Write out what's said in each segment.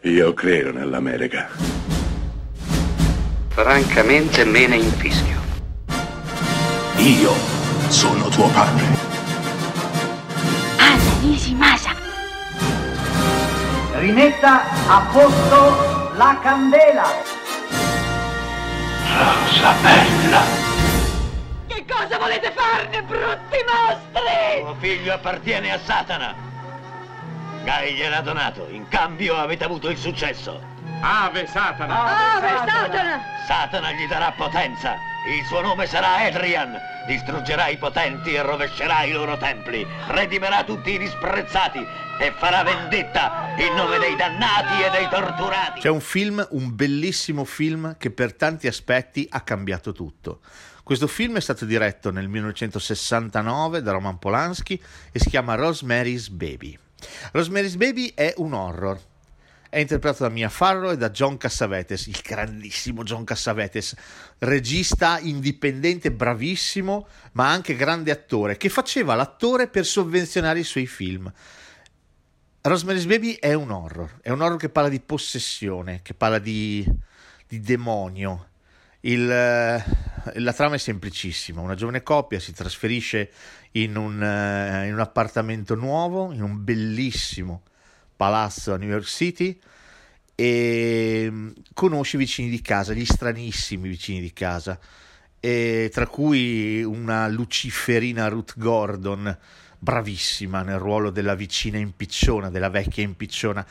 Io credo nell'America. Francamente me ne infischio. Io sono tuo padre. Anna Nishimasa. Rimetta a posto la candela. Rosa bella. Che cosa volete farne, brutti mostri? Tuo figlio appartiene a Satana. Gai gliel'ha donato, in cambio avete avuto il successo. Ave Satana! Ave Satana! Satana gli darà potenza. Il suo nome sarà Adrian. Distruggerà i potenti e rovescerà i loro templi. Redimerà tutti i disprezzati e farà vendetta in nome dei dannati e dei torturati. C'è un film, un bellissimo film che per tanti aspetti ha cambiato tutto. Questo film è stato diretto nel 1969 da Roman Polanski e si chiama Rosemary's Baby. Rosemary's Baby è un horror. È interpretato da Mia Farrow e da John Cassavetes, il grandissimo John Cassavetes, regista indipendente, bravissimo, ma anche grande attore, che faceva l'attore per sovvenzionare i suoi film. Rosemary's Baby è un horror che parla di possessione, che parla di demonio. La trama è semplicissima: una giovane coppia si trasferisce in un appartamento nuovo, in un bellissimo palazzo a New York City, e conosce i vicini di casa, gli stranissimi vicini di casa, e tra cui una luciferina Ruth Gordon, bravissima nel ruolo della vicina impicciona, della vecchia impicciona.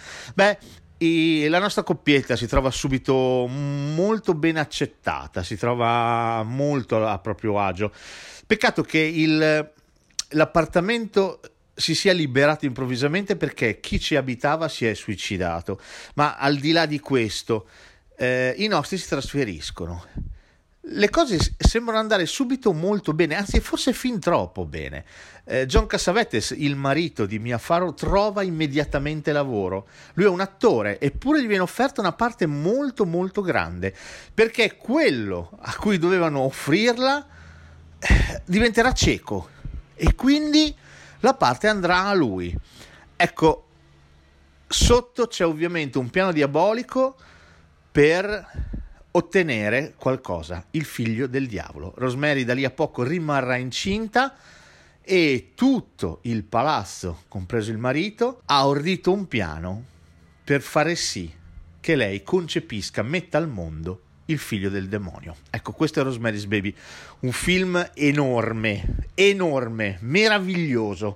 E la nostra coppietta si trova subito molto ben accettata, si trova molto a proprio agio. Peccato che l'appartamento si sia liberato improvvisamente perché chi ci abitava si è suicidato. Ma al di là di questo, i nostri si trasferiscono. Le cose sembrano andare subito molto bene, anzi forse fin troppo bene. John Cassavetes, il marito di Mia Farrow, trova immediatamente lavoro. Lui è un attore, eppure gli viene offerta una parte molto molto grande, perché quello a cui dovevano offrirla diventerà cieco e quindi la parte andrà a lui. Ecco, sotto c'è ovviamente un piano diabolico per ottenere qualcosa, il figlio del diavolo. Rosemary da lì a poco rimarrà incinta e tutto il palazzo, compreso il marito, ha ordito un piano per fare sì che lei concepisca, metta al mondo il figlio del demonio. Ecco, questo è Rosemary's Baby, un film enorme, meraviglioso,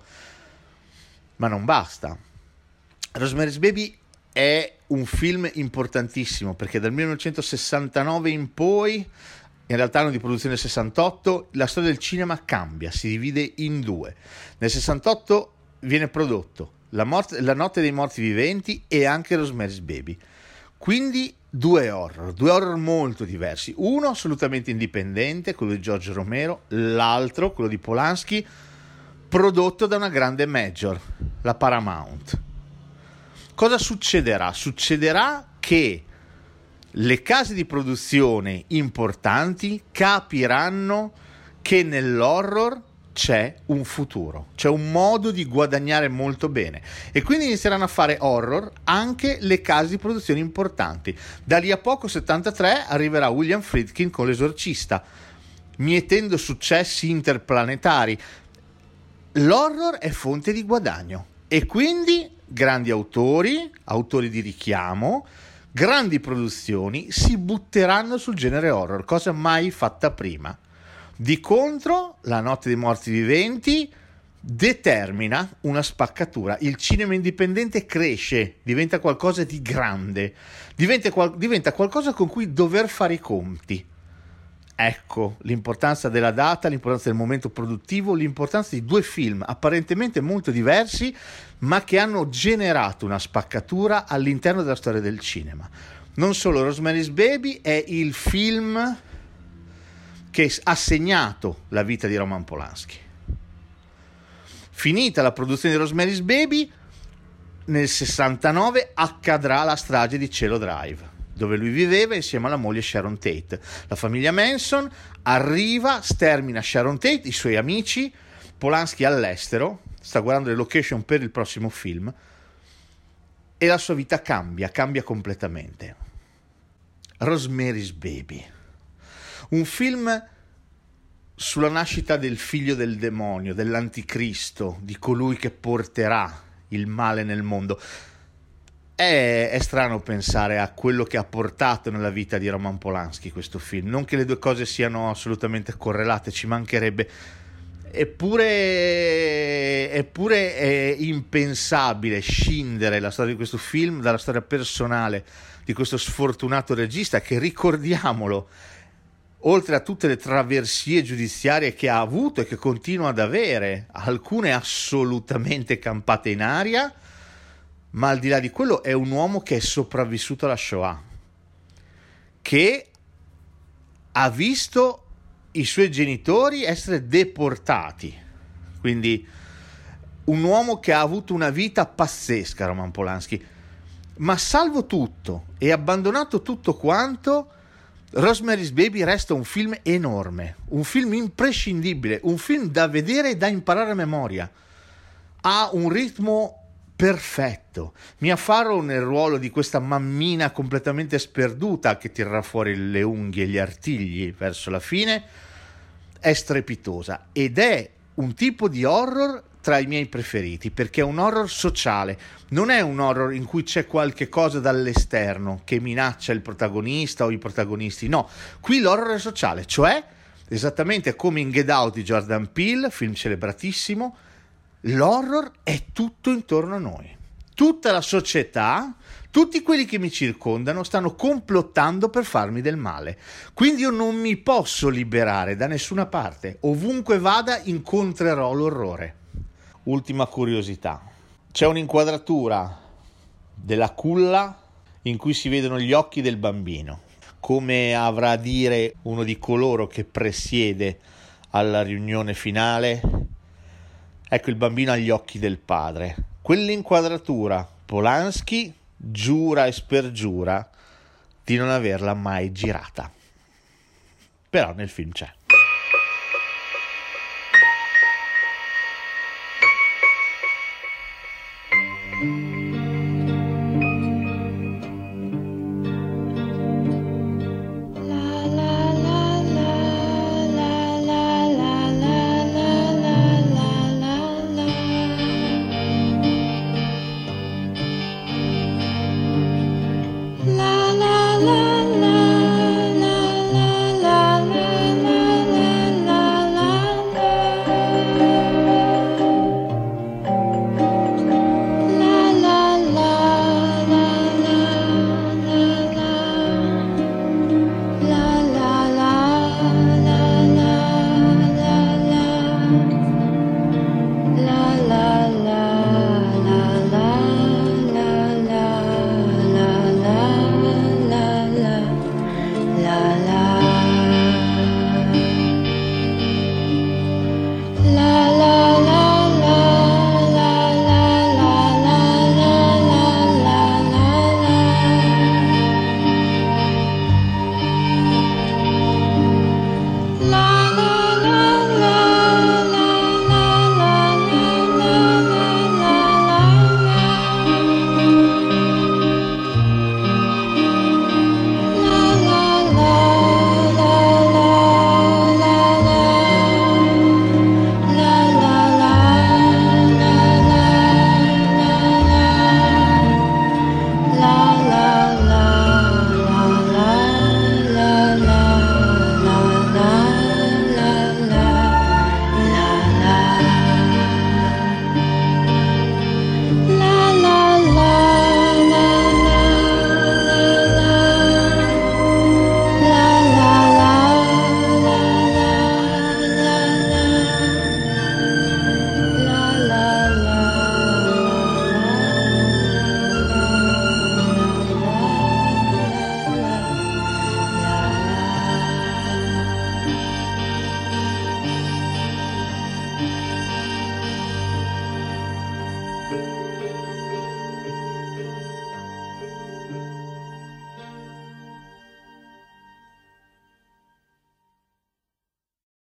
ma non basta. Rosemary's Baby è un film importantissimo perché dal 1969 in poi, in realtà anno di produzione 68, la storia del cinema cambia, si divide in due. Nel 68 viene prodotto La notte dei morti viventi e anche Rosemary's Baby. Quindi due horror molto diversi. Uno assolutamente indipendente, quello di George Romero, l'altro, quello di Polanski, prodotto da una grande major, la Paramount. Cosa succederà? Succederà che le case di produzione importanti capiranno che nell'horror c'è un futuro, c'è un modo di guadagnare molto bene e quindi inizieranno a fare horror anche le case di produzione importanti. Da lì a poco, 73, arriverà William Friedkin con L'Esorcista, mietendo successi interplanetari. L'horror è fonte di guadagno e quindi grandi autori di richiamo, grandi produzioni si butteranno sul genere horror, cosa mai fatta prima. Di contro, La notte dei morti viventi determina una spaccatura. Il cinema indipendente cresce, diventa qualcosa di grande, diventa qualcosa con cui dover fare i conti. Ecco l'importanza della data, l'importanza del momento produttivo, l'importanza di due film apparentemente molto diversi, ma che hanno generato una spaccatura all'interno della storia del cinema. Non solo, Rosemary's Baby è il film che ha segnato la vita di Roman Polanski. Finita la produzione di Rosemary's Baby, nel 69 accadrà la strage di Cielo Drive, dove lui viveva insieme alla moglie Sharon Tate. La famiglia Manson arriva, stermina Sharon Tate, i suoi amici. Polanski all'estero sta guardando le location per il prossimo film e la sua vita cambia completamente. Rosemary's Baby, un film sulla nascita del figlio del demonio, dell'anticristo, di colui che porterà il male nel mondo. È strano pensare a quello che ha portato nella vita di Roman Polanski questo film, non che le due cose siano assolutamente correlate, ci mancherebbe. Eppure è impensabile scindere la storia di questo film dalla storia personale di questo sfortunato regista che, ricordiamolo, oltre a tutte le traversie giudiziarie che ha avuto e che continua ad avere, alcune assolutamente campate in aria, ma al di là di quello è un uomo che è sopravvissuto alla Shoah, che ha visto i suoi genitori essere deportati, quindi un uomo che ha avuto una vita pazzesca, Roman Polanski, ma salvo tutto e abbandonato tutto quanto, Rosemary's Baby resta un film enorme, un film imprescindibile, un film da vedere e da imparare a memoria. Ha un ritmo perfetto. Mia Farrow nel ruolo di questa mammina completamente sperduta che tirerà fuori le unghie e gli artigli verso la fine è strepitosa ed è un tipo di horror tra i miei preferiti, perché è un horror sociale, non è un horror in cui c'è qualche cosa dall'esterno che minaccia il protagonista o i protagonisti, no, qui l'horror è sociale, cioè esattamente come in Get Out di Jordan Peele, film celebratissimo, l'horror è tutto intorno a noi, tutta la società, tutti quelli che mi circondano stanno complottando per farmi del male, quindi io non mi posso liberare da nessuna parte, ovunque vada incontrerò l'orrore. Ultima curiosità, c'è un'inquadratura della culla in cui si vedono gli occhi del bambino, come avrà a dire uno di coloro che presiede alla riunione finale. Ecco, il bambino ha gli occhi del padre. Quell'inquadratura Polanski giura e spergiura di non averla mai girata, però nel film c'è.